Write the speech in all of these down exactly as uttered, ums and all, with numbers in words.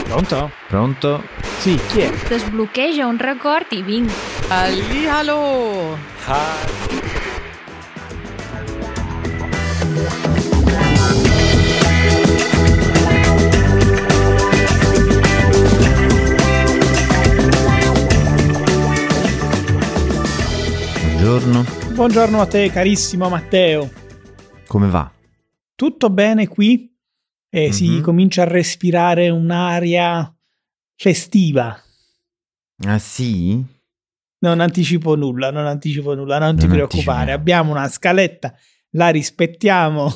Pronto? Pronto? Sì, chi è? Desbloqueja un record i vinc. Hallihallo! Buongiorno. Buongiorno a te, carissimo Matteo. Come va? Tutto bene qui? E Mm-hmm. si comincia a respirare un'aria festiva. Ah sì? Non anticipo nulla, non anticipo nulla, non ti Non preoccupare. anticipiamo. Abbiamo una scaletta, la rispettiamo.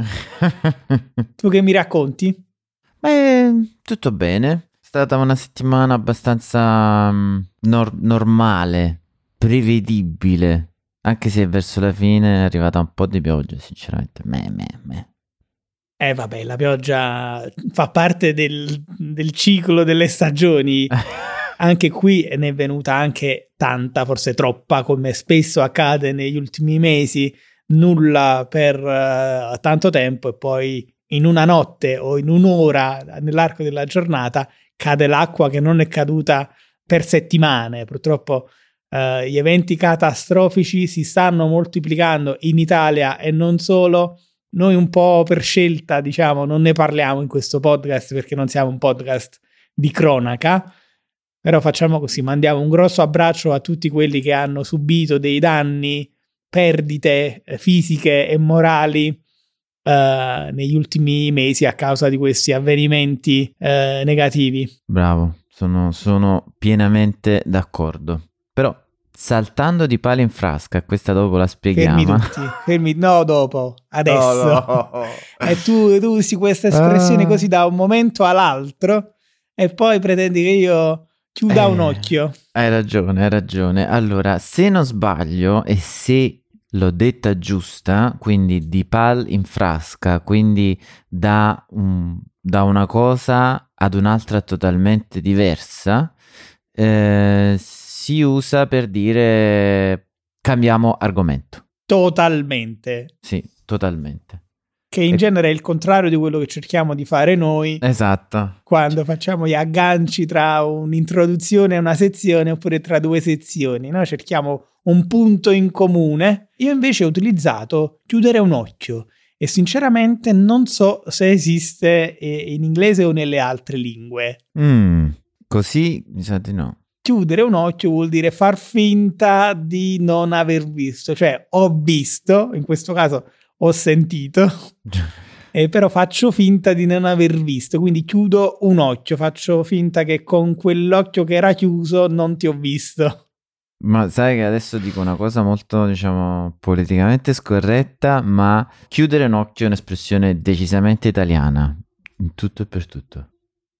Tu che mi racconti? Beh, tutto bene. È stata una settimana abbastanza mm, nor- normale, prevedibile. Anche se verso la fine è arrivata un po' di pioggia, sinceramente. Me, me, me. Eh vabbè, la pioggia fa parte del, del ciclo delle stagioni. Anche qui ne è venuta anche tanta, forse troppa, come spesso accade negli ultimi mesi. Nulla per uh, tanto tempo e poi in una notte o in un'ora nell'arco della giornata cade l'acqua che non è caduta per settimane. Purtroppo uh, gli eventi catastrofici si stanno moltiplicando in Italia e non solo. Noi un po' per scelta, diciamo, non ne parliamo in questo podcast perché non siamo un podcast di cronaca, però facciamo così, mandiamo un grosso abbraccio a tutti quelli che hanno subito dei danni, perdite eh, fisiche e morali eh, negli ultimi mesi a causa di questi avvenimenti eh, negativi. Bravo, sono, sono pienamente d'accordo. Però, saltando di palo in frasca, questa dopo la spieghiamo. Fermi tutti, fermi, no dopo, adesso. No, no. E tu, tu usi questa espressione Ah. così da un momento all'altro e poi pretendi che io chiuda Eh. un occhio. Hai ragione, hai ragione. Allora, se non sbaglio e se l'ho detta giusta, quindi di pal in frasca, quindi da, un- da una cosa ad un'altra totalmente diversa, eh, si usa per dire cambiamo argomento. Totalmente. Sì, totalmente. Che in E- genere è il contrario di quello che cerchiamo di fare noi Esatto. quando facciamo gli agganci tra un'introduzione e una sezione oppure tra due sezioni. Noi cerchiamo un punto in comune. Io invece ho utilizzato chiudere un occhio e sinceramente non so se esiste eh, in inglese o nelle altre lingue. Mm, così mi sa di no. Chiudere un occhio vuol dire far finta di non aver visto, cioè ho visto, in questo caso ho sentito, eh, però faccio finta di non aver visto, quindi chiudo un occhio, faccio finta che con quell'occhio che era chiuso non ti ho visto. Ma sai che adesso dico una cosa molto, diciamo, politicamente scorretta, ma chiudere un occhio è un'espressione decisamente italiana, in tutto e per tutto.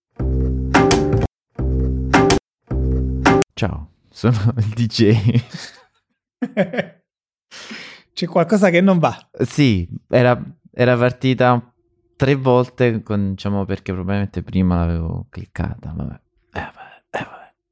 Ciao, sono il D J. C'è qualcosa che non va. Sì, era, era partita tre volte, con, diciamo, perché probabilmente prima l'avevo cliccata, vabbè. Eh, vabbè,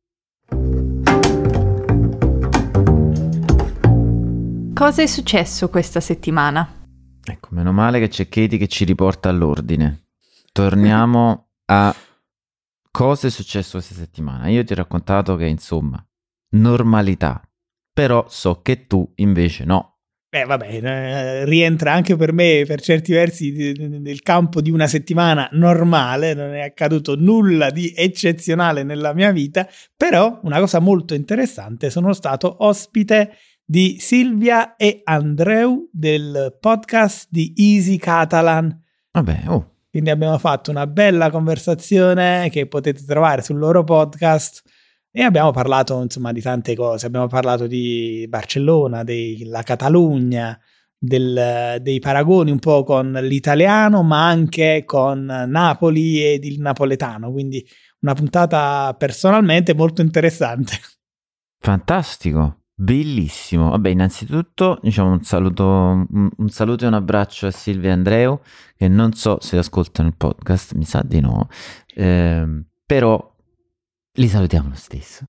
eh, vabbè. Cosa è successo questa settimana? Ecco, meno male che c'è Katie che ci riporta all'ordine. Torniamo a cosa è successo questa settimana. Io ti ho raccontato che, insomma, normalità. Però so che tu invece no. Beh, vabbè, eh, rientra anche per me, per certi versi, di- di- nel campo di una settimana normale, non è accaduto nulla di eccezionale nella mia vita, però una cosa molto interessante, sono stato ospite di Silvia e Andreu del podcast di Easy Catalan. Vabbè, oh. Quindi abbiamo fatto una bella conversazione che potete trovare sul loro podcast e abbiamo parlato insomma di tante cose, abbiamo parlato di Barcellona, della Catalogna, del- dei paragoni un po' con l'italiano ma anche con Napoli ed il napoletano, quindi una puntata personalmente molto interessante. Fantastico, bellissimo. Vabbè, innanzitutto diciamo un saluto, un, un saluto e un abbraccio a Silvia e Andreu, che non so se ascoltano il podcast, mi sa di no, ehm, però li salutiamo lo stesso.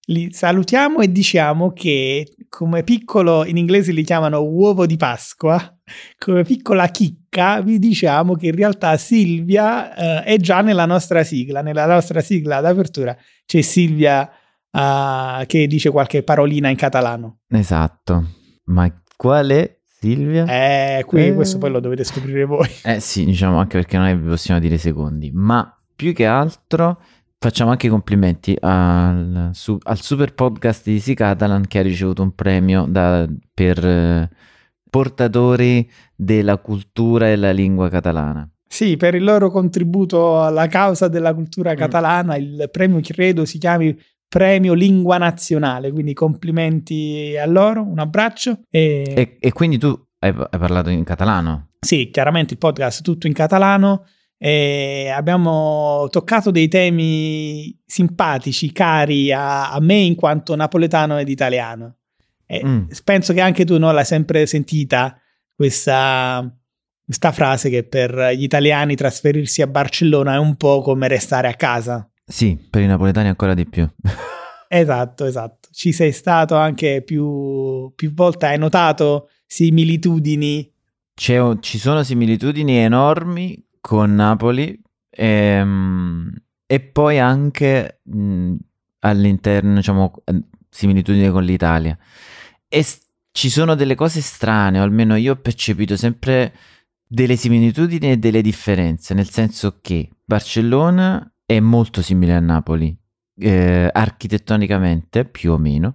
li salutiamo e diciamo che come piccolo, in inglese li chiamano uovo di Pasqua, come piccola chicca vi diciamo che in realtà Silvia eh, è già nella nostra sigla, nella nostra sigla d'apertura c'è Silvia uh, che dice qualche parolina in catalano. Esatto, ma qual è Silvia? Eh, qui eh. questo poi lo dovete scoprire voi. Eh sì, diciamo, anche perché non è che vi possiamo dire secondi, ma più che altro facciamo anche i complimenti al, su, al super podcast di Easy Catalan che ha ricevuto un premio da, per eh, portatori della cultura e la lingua catalana. Sì, per il loro contributo alla causa della cultura catalana, mm. il premio credo si chiami Premio Lingua Nazionale, quindi complimenti a loro, un abbraccio. E, e, e quindi tu hai, hai parlato in catalano? Sì, chiaramente il podcast tutto in catalano. E abbiamo toccato dei temi simpatici, cari a, a me in quanto napoletano ed italiano. E mm. penso che anche tu no, l'hai sempre sentita questa, questa frase che per gli italiani trasferirsi a Barcellona è un po' come restare a casa. Sì, per i napoletani ancora di più. Esatto, esatto. Ci sei stato anche più, più volte, hai notato similitudini? C'è, ci sono similitudini enormi con Napoli ehm, e poi anche mh, all'interno, diciamo, similitudini con l'Italia. E s- ci sono delle cose strane, o almeno io ho percepito sempre delle similitudini e delle differenze, nel senso che Barcellona è molto simile a Napoli, eh, architettonicamente più o meno,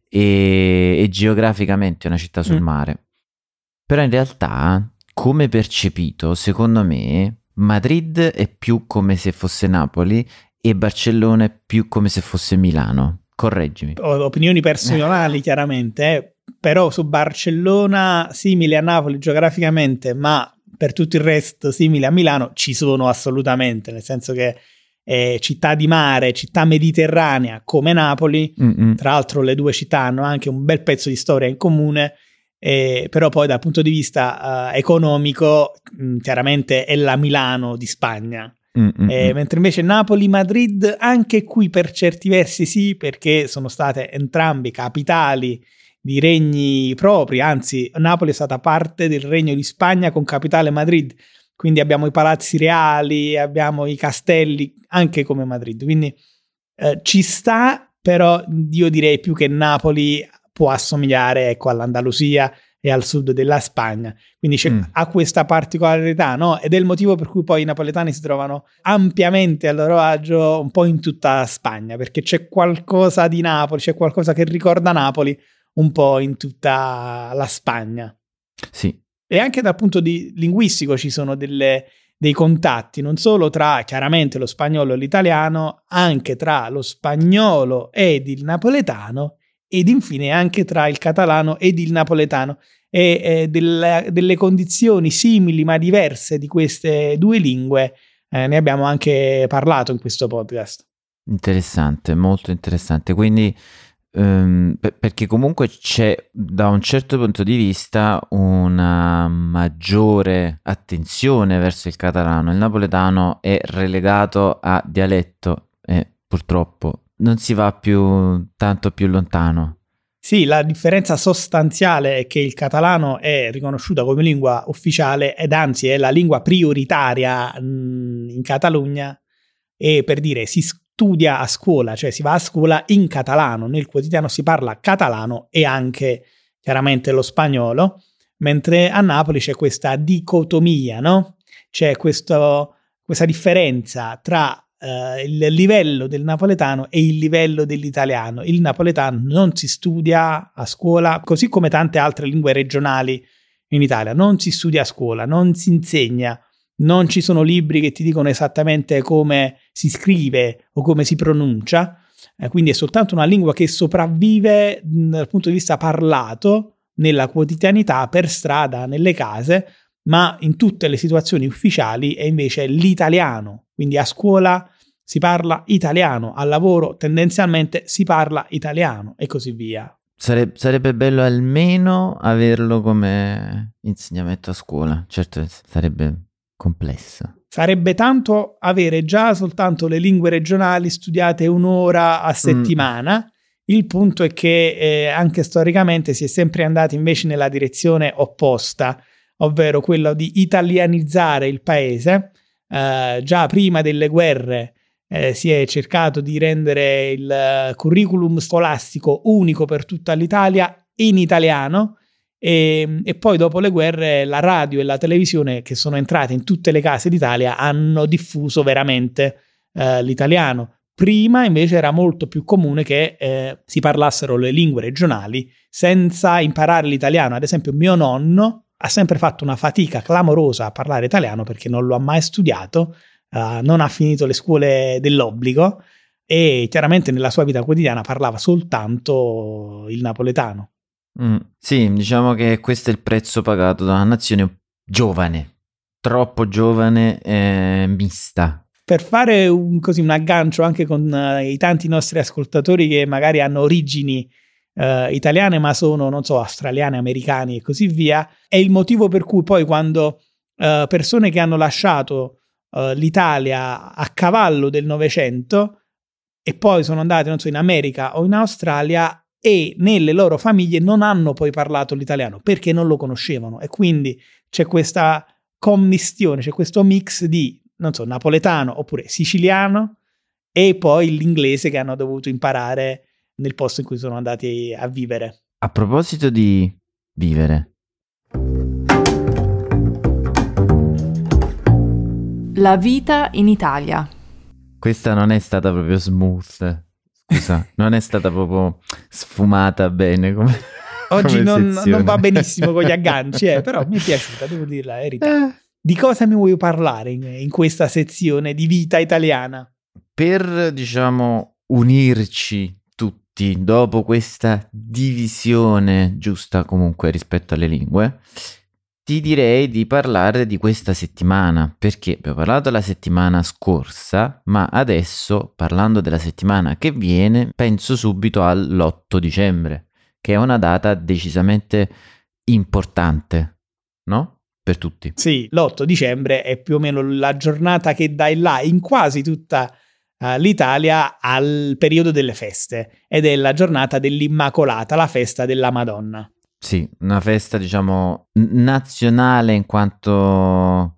e, e geograficamente è una città sul mm. mare. Però in realtà, come percepito, secondo me, Madrid è più come se fosse Napoli e Barcellona è più come se fosse Milano. Correggimi. Ho opinioni personali chiaramente, eh. Però su Barcellona simile a Napoli geograficamente, ma per tutto il resto simile a Milano, ci sono assolutamente, nel senso che è città di mare, città mediterranea come Napoli. Mm-mm. Tra l'altro le due città hanno anche un bel pezzo di storia in comune. Eh, però poi dal punto di vista uh, economico mh, chiaramente è la Milano di Spagna, eh, mentre invece Napoli-Madrid anche qui per certi versi sì, perché sono state entrambe capitali di regni propri, anzi Napoli è stata parte del regno di Spagna con capitale Madrid, quindi abbiamo i palazzi reali, abbiamo i castelli anche come Madrid, quindi eh, ci sta, però io direi più che Napoli può assomigliare, ecco, all'Andalusia e al sud della Spagna, quindi c'è, mm. ha questa particolarità, no? Ed è il motivo per cui poi i napoletani si trovano ampiamente a loro agio un po' in tutta Spagna, perché c'è qualcosa di Napoli, c'è qualcosa che ricorda Napoli un po' in tutta la Spagna. Sì. E anche dal punto di linguistico ci sono delle, dei contatti, non solo tra chiaramente lo spagnolo e l'italiano, anche tra lo spagnolo ed il napoletano, ed infine anche tra il catalano ed il napoletano, e eh, delle, delle condizioni simili ma diverse di queste due lingue eh, ne abbiamo anche parlato in questo podcast. Interessante, molto interessante, quindi um, per, perché comunque c'è da un certo punto di vista una maggiore attenzione verso il catalano, il napoletano è relegato a dialetto e purtroppo non si va più tanto più lontano. Sì, la differenza sostanziale è che il catalano è riconosciuta come lingua ufficiale ed anzi è la lingua prioritaria mh, in Catalogna, e per dire si studia a scuola, cioè si va a scuola in catalano, nel quotidiano si parla catalano e anche chiaramente lo spagnolo, mentre a Napoli c'è questa dicotomia, no? C'è questo, questa differenza tra Uh, il livello del napoletano e il livello dell'italiano. Il napoletano non si studia a scuola, così come tante altre lingue regionali in Italia, non si studia a scuola, non si insegna, non ci sono libri che ti dicono esattamente come si scrive o come si pronuncia, eh, quindi è soltanto una lingua che sopravvive mh, dal punto di vista parlato nella quotidianità, per strada, nelle case, ma in tutte le situazioni ufficiali è invece l'italiano, quindi a scuola si parla italiano, al lavoro tendenzialmente si parla italiano e così via. Sare- sarebbe bello almeno averlo come insegnamento a scuola, certo sarebbe complesso. Sarebbe tanto avere già soltanto le lingue regionali studiate un'ora a settimana, mm. Il punto è che eh, anche storicamente si è sempre andati invece nella direzione opposta, ovvero quello di italianizzare il paese. Eh, già prima delle guerre eh, si è cercato di rendere il curriculum scolastico unico per tutta l'Italia in italiano, e, e poi dopo le guerre la radio e la televisione, che sono entrate in tutte le case d'Italia, hanno diffuso veramente eh, l'italiano. Prima invece era molto più comune che eh, si parlassero le lingue regionali senza imparare l'italiano. Ad esempio mio nonno ha sempre fatto una fatica clamorosa a parlare italiano perché non lo ha mai studiato, uh, non ha finito le scuole dell'obbligo e chiaramente nella sua vita quotidiana parlava soltanto il napoletano. Mm, sì, diciamo che questo è il prezzo pagato da una nazione giovane, troppo giovane e mista. Per fare un, così, un aggancio anche con uh, i tanti nostri ascoltatori che magari hanno origini uh, italiane ma sono, non so, australiane, americani e così via, è il motivo per cui poi quando uh, persone che hanno lasciato uh, l'Italia a cavallo del Novecento e poi sono andate, non so, in America o in Australia e nelle loro famiglie non hanno poi parlato l'italiano perché non lo conoscevano, e quindi c'è questa commistione, c'è questo mix di, non so, napoletano oppure siciliano e poi l'inglese che hanno dovuto imparare nel posto in cui sono andati a vivere. A proposito di vivere, la vita in Italia. Questa non è stata proprio smooth, scusa, non è stata proprio sfumata bene come oggi come non, sezione. non va benissimo con gli agganci, eh, però mi è piaciuta, devo dire la verità. Eh. Di cosa mi vuoi parlare in, in questa sezione di vita italiana? Per, diciamo, unirci tutti dopo questa divisione giusta comunque rispetto alle lingue, ti direi di parlare di questa settimana, perché abbiamo parlato la settimana scorsa, ma adesso, parlando della settimana che viene, penso subito all'otto dicembre, che è una data decisamente importante, no? Per tutti. Sì, l'otto dicembre è più o meno la giornata che dà il là in quasi tutta uh, l'Italia al periodo delle feste, ed è la giornata dell'Immacolata, la festa della Madonna. Sì, una festa, diciamo, nazionale in quanto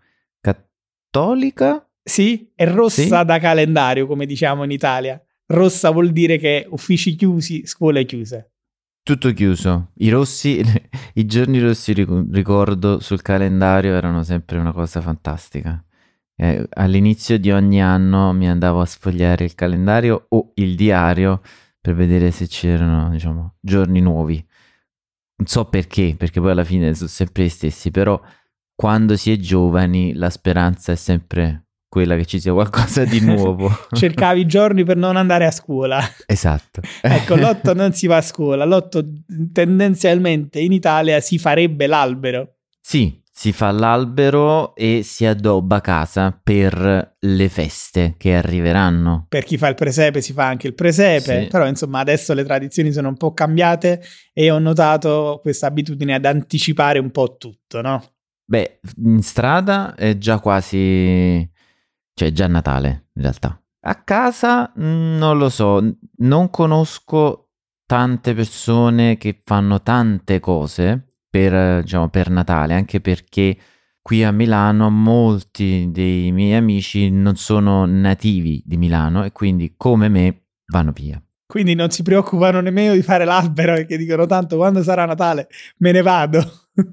cattolica? Sì, è rossa Sì? da calendario, come diciamo in Italia. Rossa vuol dire che uffici chiusi, scuole chiuse. Tutto chiuso. I rossi, i giorni rossi, ricordo, sul calendario erano sempre una cosa fantastica. Eh, all'inizio di ogni anno mi andavo a sfogliare il calendario o il diario per vedere se c'erano, diciamo, giorni nuovi. Non so perché, perché poi alla fine sono sempre gli stessi, però quando si è giovani la speranza è sempre quella che ci sia qualcosa di nuovo. Cercavi i giorni per non andare a scuola. Esatto. Ecco, l'otto non si va a scuola, l'otto tendenzialmente in Italia si farebbe l'albero. Sì, si fa l'albero e si addobba casa per le feste che arriveranno. Per chi fa il presepe si fa anche il presepe, sì. Però insomma adesso le tradizioni sono un po' cambiate e ho notato questa abitudine ad anticipare un po' tutto, no? Beh, in strada è già quasi, cioè già Natale in realtà. A casa non lo so, non conosco tante persone che fanno tante cose per, diciamo, per Natale, anche perché qui a Milano molti dei miei amici non sono nativi di Milano e quindi come me vanno via. Quindi non si preoccupano nemmeno di fare l'albero, perché dicono tanto quando sarà Natale me ne vado.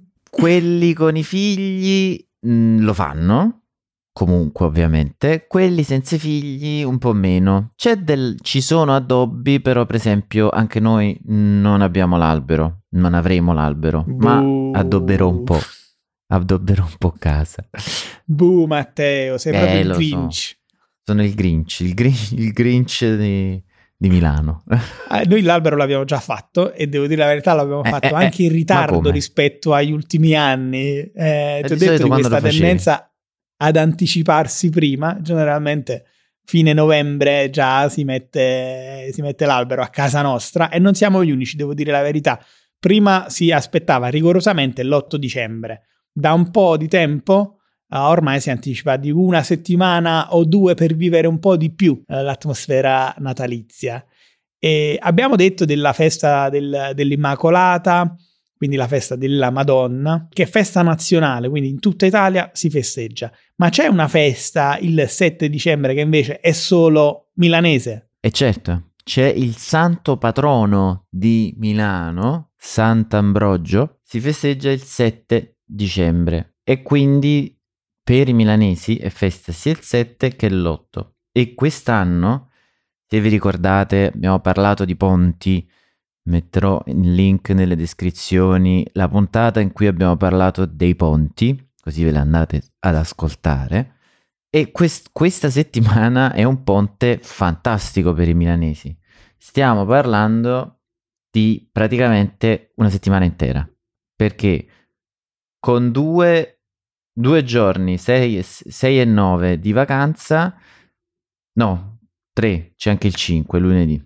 Quelli con i figli mh, lo fanno, comunque ovviamente, quelli senza figli un po' meno. C'è del, ci sono addobbi, però per esempio anche noi non abbiamo l'albero, non avremo l'albero, Buh. ma addobberò un po', addobberò un po' casa. Buh Matteo, sei Eh, proprio il lo Grinch. so. Sono il Grinch, il Grinch, il Grinch di, di Milano. Eh, noi l'albero l'abbiamo già fatto e devo dire la verità, l'abbiamo Eh, fatto eh, anche eh, in ma ritardo come? rispetto agli ultimi anni. Eh, ti ho di detto solito di quando questa lo facevi? tendenza ad anticiparsi prima, generalmente fine novembre già si mette, si mette l'albero a casa nostra, e non siamo gli unici, devo dire la verità. Prima si aspettava rigorosamente l'otto dicembre. Da un po' di tempo uh, ormai si anticipa di una settimana o due per vivere un po' di più uh, l'atmosfera natalizia. E abbiamo detto della festa del, dell'Immacolata, quindi la festa della Madonna, che è festa nazionale, quindi in tutta Italia si festeggia. Ma c'è una festa il sette dicembre che invece è solo milanese. E certo, c'è il santo patrono di Milano, Sant'Ambrogio, si festeggia il sette dicembre e quindi per i milanesi è festa sia il sette che l'otto. E quest'anno, se vi ricordate, abbiamo parlato di ponti, metterò il link nelle descrizioni, la puntata in cui abbiamo parlato dei ponti, così ve la andate ad ascoltare. E quest- questa settimana è un ponte fantastico per i milanesi. Stiamo parlando di praticamente una settimana intera, perché con due, due giorni, sei e nove di vacanza, no, tre, c'è anche il cinque, lunedì.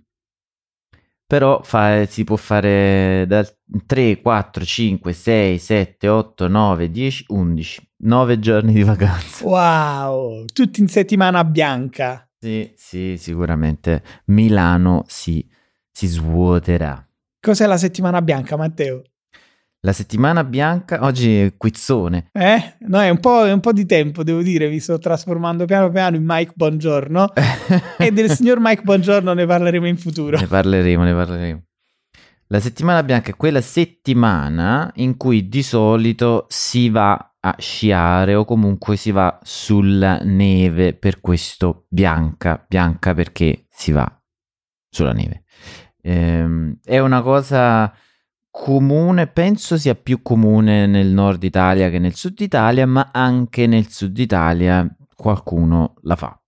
Però fa, si può fare da tre, quattro, cinque, sei, sette, otto, nove, dieci, undici. nove giorni di vacanza. Wow, tutti in settimana bianca. Sì, sì, sicuramente Milano si, si svuoterà. Cos'è la settimana bianca, Matteo? La settimana bianca, oggi è quizzone. Eh? No, è un po', è un po' di tempo, devo dire, mi sto trasformando piano piano in Mike Bongiorno e del signor Mike Bongiorno ne parleremo in futuro. Ne parleremo, ne parleremo. La settimana bianca è quella settimana in cui di solito si va a sciare o comunque si va sulla neve, per questo bianca, bianca perché si va sulla neve. Ehm, è una cosa comune, penso sia più comune nel nord Italia che nel sud Italia, ma anche nel sud Italia qualcuno la fa.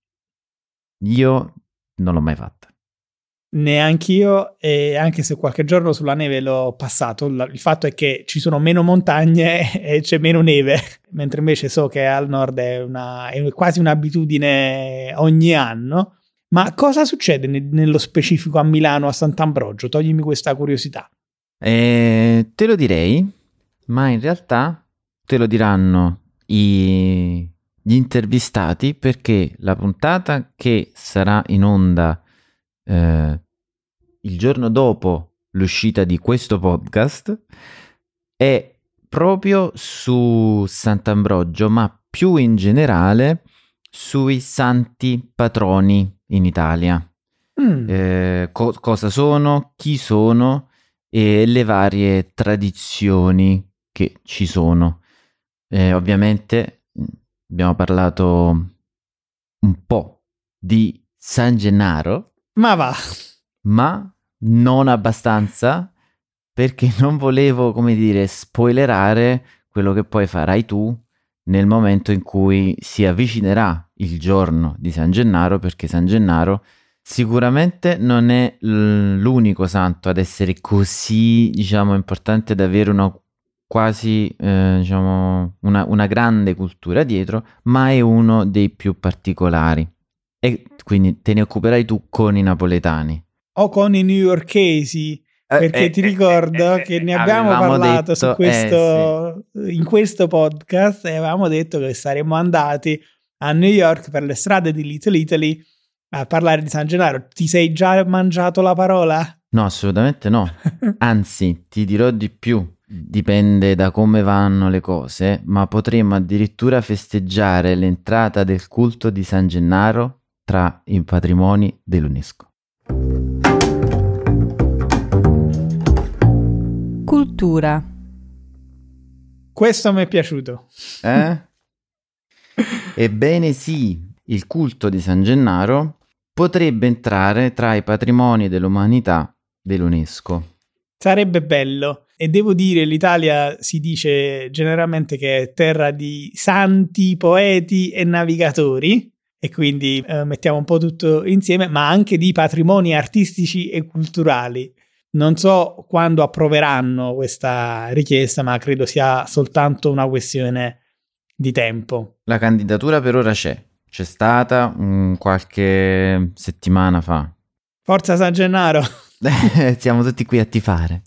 Io non l'ho mai fatta. Neanch'io, e anche se qualche giorno sulla neve l'ho passato, il fatto è che ci sono meno montagne e c'è meno neve, mentre invece so che al nord è, una, è quasi un'abitudine ogni anno. Ma cosa succede ne- nello specifico a Milano, a Sant'Ambrogio? Toglimi questa curiosità. Eh, te lo direi, ma in realtà te lo diranno i, gli intervistati, perché la puntata che sarà in onda eh, il giorno dopo l'uscita di questo podcast è proprio su Sant'Ambrogio, ma più in generale sui santi patroni in Italia. Mm. Eh, co- cosa sono, chi sono e le varie tradizioni che ci sono. Eh, ovviamente abbiamo parlato un po' di San Gennaro, Ma va. ma non abbastanza, perché non volevo, come dire, spoilerare quello che poi farai tu nel momento in cui si avvicinerà il giorno di San Gennaro, perché San Gennaro sicuramente non è l'unico santo ad essere così, diciamo, importante, ad avere una quasi, eh, diciamo, una, una grande cultura dietro, ma è uno dei più particolari. E quindi te ne occuperai tu con i napoletani. O con i newyorkesi, perché Eh, ti eh, ricordo eh, che eh, ne abbiamo avevamo parlato detto, su questo, eh, in questo podcast e avevamo detto che saremmo andati a New York per le strade di Little Italy a parlare di San Gennaro. Ti sei già mangiato la parola? No, assolutamente no. Anzi, ti dirò di più. Dipende da come vanno le cose, ma potremmo addirittura festeggiare l'entrata del culto di San Gennaro tra i patrimoni dell'UNESCO. Cultura. Questo mi è piaciuto. Eh? Ebbene sì, il culto di San Gennaro potrebbe entrare tra i patrimoni dell'umanità dell'UNESCO. Sarebbe bello. E devo dire, l'Italia si dice generalmente che è terra di santi, poeti e navigatori, e quindi eh, mettiamo un po' tutto insieme, ma anche di patrimoni artistici e culturali. Non so quando approveranno questa richiesta, ma credo sia soltanto una questione di tempo. La candidatura per ora c'è, c'è stata um, qualche settimana fa. Forza San Gennaro! Siamo tutti qui a tifare.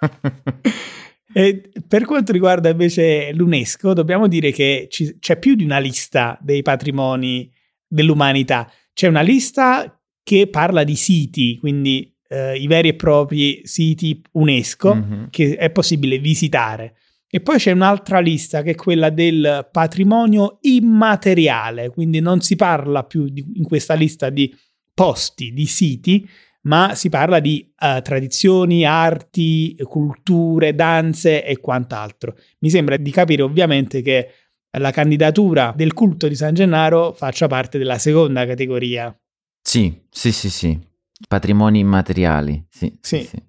E per quanto riguarda invece l'UNESCO, dobbiamo dire che ci, c'è più di una lista dei patrimoni dell'umanità. C'è una lista che parla di siti, quindi eh, i veri e propri siti UNESCO mm-hmm. che è possibile visitare. E poi c'è un'altra lista che è quella del patrimonio immateriale, quindi non si parla più di, in questa lista di posti, di siti, ma si parla di uh, tradizioni, arti, culture, danze e quant'altro. Mi sembra di capire ovviamente che la candidatura del culto di San Gennaro faccia parte della seconda categoria. Sì, sì, sì, sì. Patrimoni immateriali, sì, sì. sì, sì.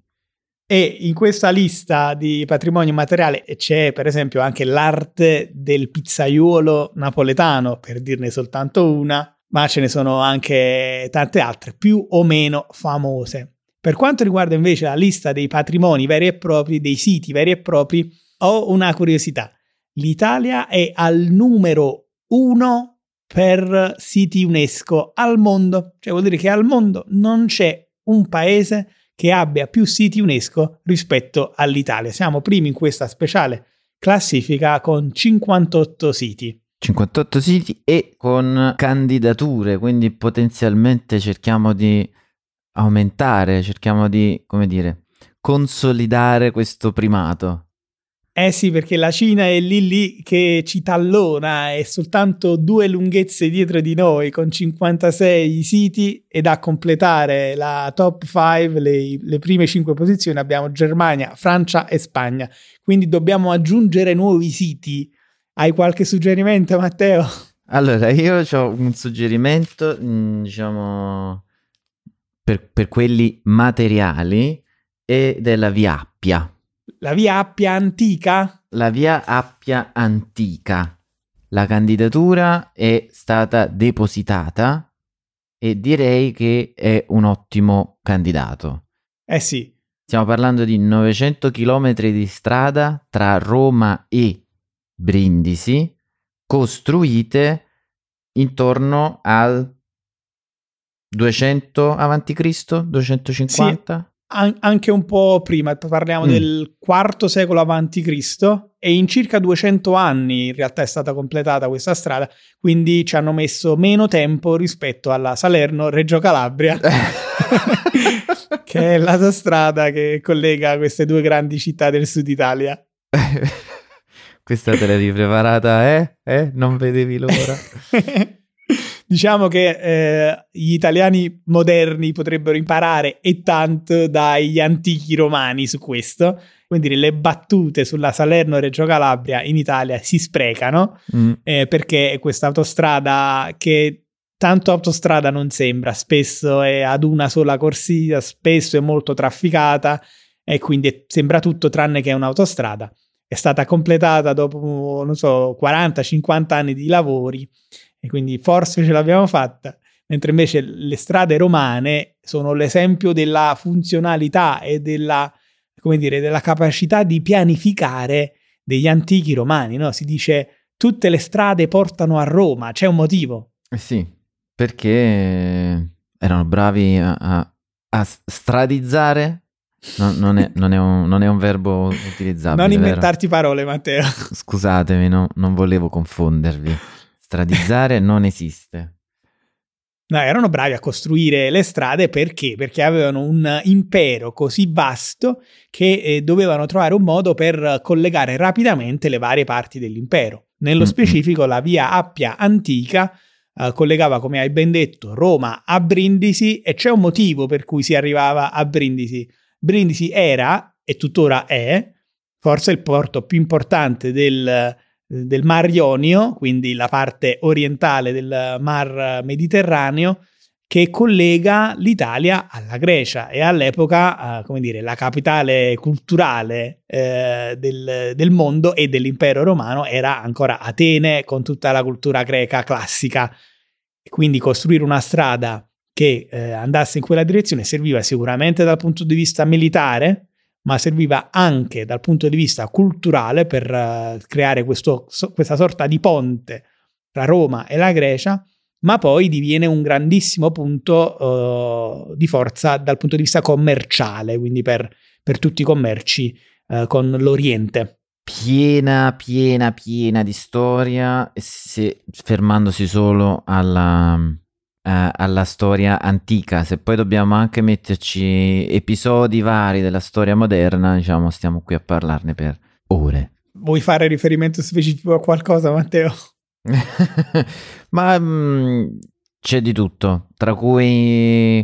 E in questa lista di patrimonio immateriale c'è per esempio anche l'arte del pizzaiuolo napoletano, per dirne soltanto una, ma ce ne sono anche tante altre, più o meno famose. Per quanto riguarda invece la lista dei patrimoni veri e propri, dei siti veri e propri, ho una curiosità. L'Italia è al numero uno per siti UNESCO al mondo, cioè vuol dire che al mondo non c'è un paese che abbia più siti UNESCO rispetto all'Italia. Siamo primi in questa speciale classifica con cinquantotto siti. cinquantotto siti e con candidature, quindi potenzialmente cerchiamo di aumentare, cerchiamo di, come dire, consolidare questo primato. Eh sì, perché la Cina è lì lì che ci tallona, è soltanto due lunghezze dietro di noi con cinquantasei siti, ed a completare la top cinque, le, le prime cinque posizioni, abbiamo Germania, Francia e Spagna. Quindi dobbiamo aggiungere nuovi siti. Hai qualche suggerimento, Matteo? Allora, io ho un suggerimento, diciamo, per, per quelli materiali, e della Via Appia. La Via Appia antica? La Via Appia antica. La candidatura è stata depositata e direi che è un ottimo candidato. Eh sì. Stiamo parlando di novecento chilometri di strada tra Roma e Brindisi, costruite intorno al duecento avanti Cristo, duecentocinquanta? Sì. Anche un po' prima, parliamo mm. del quarto secolo avanti Cristo, e in circa duecento anni in realtà è stata completata questa strada, quindi ci hanno messo meno tempo rispetto alla Salerno-Reggio Calabria, che è l'autostrada che collega queste due grandi città del sud Italia. Questa te l'hai preparata, eh? Eh? Non vedevi l'ora? Diciamo che eh, gli italiani moderni potrebbero imparare e tanto dagli antichi romani su questo. Quindi le battute sulla Salerno-Reggio Calabria in Italia si sprecano, mm. eh, perché è questa autostrada che tanto autostrada non sembra, spesso è ad una sola corsia, spesso è molto trafficata e quindi è, sembra tutto tranne che è un'autostrada. È stata completata dopo, non so, quaranta cinquanta anni di lavori, e quindi forse ce l'abbiamo fatta, mentre invece le strade romane sono l'esempio della funzionalità e della, come dire, della capacità di pianificare degli antichi romani, no? Si dice tutte le strade portano a Roma, c'è un motivo. Eh sì, perché erano bravi a, a, a stradizzare. No, non, è, non, è un, non è un verbo utilizzabile. Non inventarti vero? Parole, Matteo. Scusatemi, no, non volevo confondervi. Stradizzare non esiste. No, erano bravi a costruire le strade perché? Perché avevano un impero così vasto che eh, dovevano trovare un modo per collegare rapidamente le varie parti dell'impero. Nello specifico la Via Appia antica eh, collegava, come hai ben detto, Roma a Brindisi, e c'è un motivo per cui si arrivava a Brindisi. Brindisi era, e tuttora è, forse il porto più importante del, del Mar Ionio, quindi la parte orientale del Mar Mediterraneo, che collega l'Italia alla Grecia, e all'epoca, eh, come dire, la capitale culturale eh, del, del mondo e dell'impero romano era ancora Atene, con tutta la cultura greca classica. E quindi costruire una strada che eh, andasse in quella direzione serviva sicuramente dal punto di vista militare, ma serviva anche dal punto di vista culturale per uh, creare questo, so, questa sorta di ponte tra Roma e la Grecia, ma poi diviene un grandissimo punto uh, di forza dal punto di vista commerciale, quindi per, per tutti i commerci uh, con l'Oriente. Piena, piena, piena di storia, se, fermandosi solo alla... eh, alla storia antica. Se poi dobbiamo anche metterci episodi vari della storia moderna, diciamo, stiamo qui a parlarne per ore. Vuoi fare riferimento specifico a qualcosa, Matteo? Ma mh, c'è di tutto, tra cui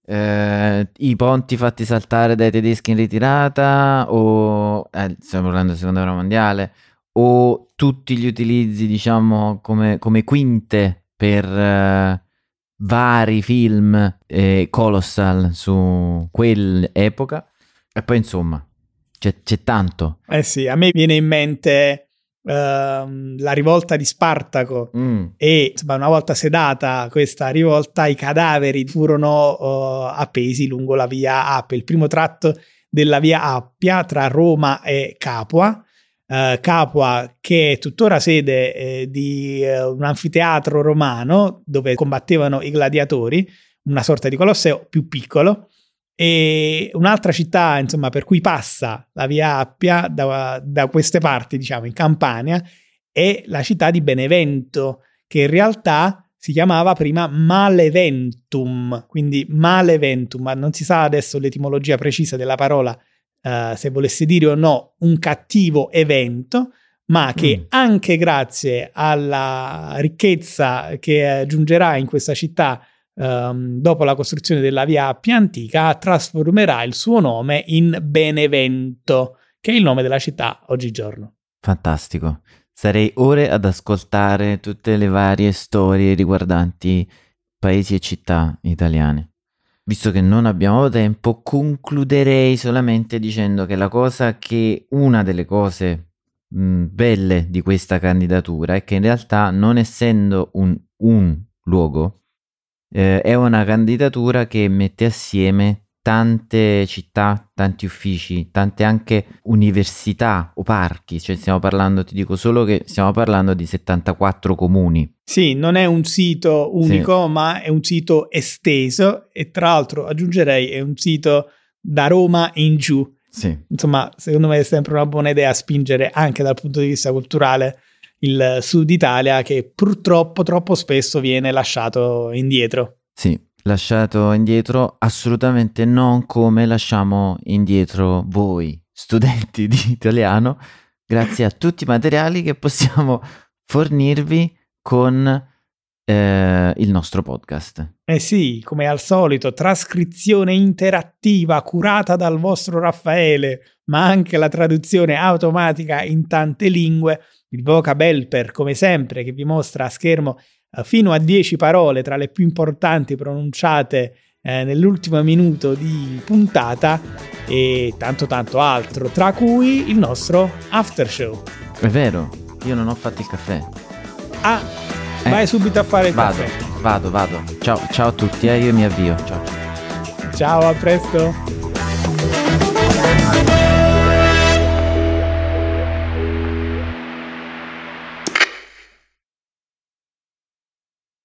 eh, i ponti fatti saltare dai tedeschi in ritirata, o eh, stiamo parlando della seconda guerra mondiale, o tutti gli utilizzi, diciamo, come, come quinte per eh, vari film eh, colossal su quell'epoca. E poi insomma c'è, c'è tanto. Eh sì, a me viene in mente uh, la rivolta di Spartaco mm. e insomma, una volta sedata questa rivolta, i cadaveri furono uh, appesi lungo la via Appia, il primo tratto della via Appia tra Roma e Capua. Uh, Capua, che è tuttora sede eh, di uh, un anfiteatro romano dove combattevano i gladiatori, una sorta di Colosseo più piccolo. E un'altra città, insomma, per cui passa la via Appia da, da queste parti, diciamo in Campania, è la città di Benevento, che in realtà si chiamava prima Maleventum, quindi Maleventum, ma non si sa adesso l'etimologia precisa della parola, uh, se volesse dire o no un cattivo evento, ma che mm. anche grazie alla ricchezza che giungerà in questa città Um, dopo la costruzione della via Appia antica, trasformerà il suo nome in Benevento, che è il nome della città oggigiorno. Fantastico. Sarei ore ad ascoltare tutte le varie storie riguardanti paesi e città italiane. Visto che non abbiamo tempo, concluderei solamente dicendo che la cosa che una delle cose mh, belle di questa candidatura è che in realtà, non essendo un, un luogo, Eh, è una candidatura che mette assieme tante città, tanti uffici, tante anche università o parchi, cioè stiamo parlando, ti dico solo che stiamo parlando di settantaquattro comuni. Sì, non è un sito unico, sì. ma è un sito esteso e tra l'altro aggiungerei è un sito da Roma in giù. Sì. Insomma, secondo me è sempre una buona idea spingere anche dal punto di vista culturale il Sud Italia, che purtroppo troppo spesso viene lasciato indietro. Sì, lasciato indietro assolutamente non come lasciamo indietro voi, studenti di italiano, grazie a tutti i materiali che possiamo fornirvi con eh, il nostro podcast. Eh sì, come al solito, trascrizione interattiva curata dal vostro Raffaele, ma anche la traduzione automatica in tante lingue. Il vocab helper, come sempre, che vi mostra a schermo uh, fino a dieci parole tra le più importanti pronunciate eh, nell'ultimo minuto di puntata e tanto tanto altro, tra cui il nostro after show. È vero, io non ho fatto il caffè. Ah, eh, vai subito a fare il vado, caffè. Vado, vado. Ciao, ciao a tutti, eh, io mi avvio. Ciao, ciao. Ciao, a presto.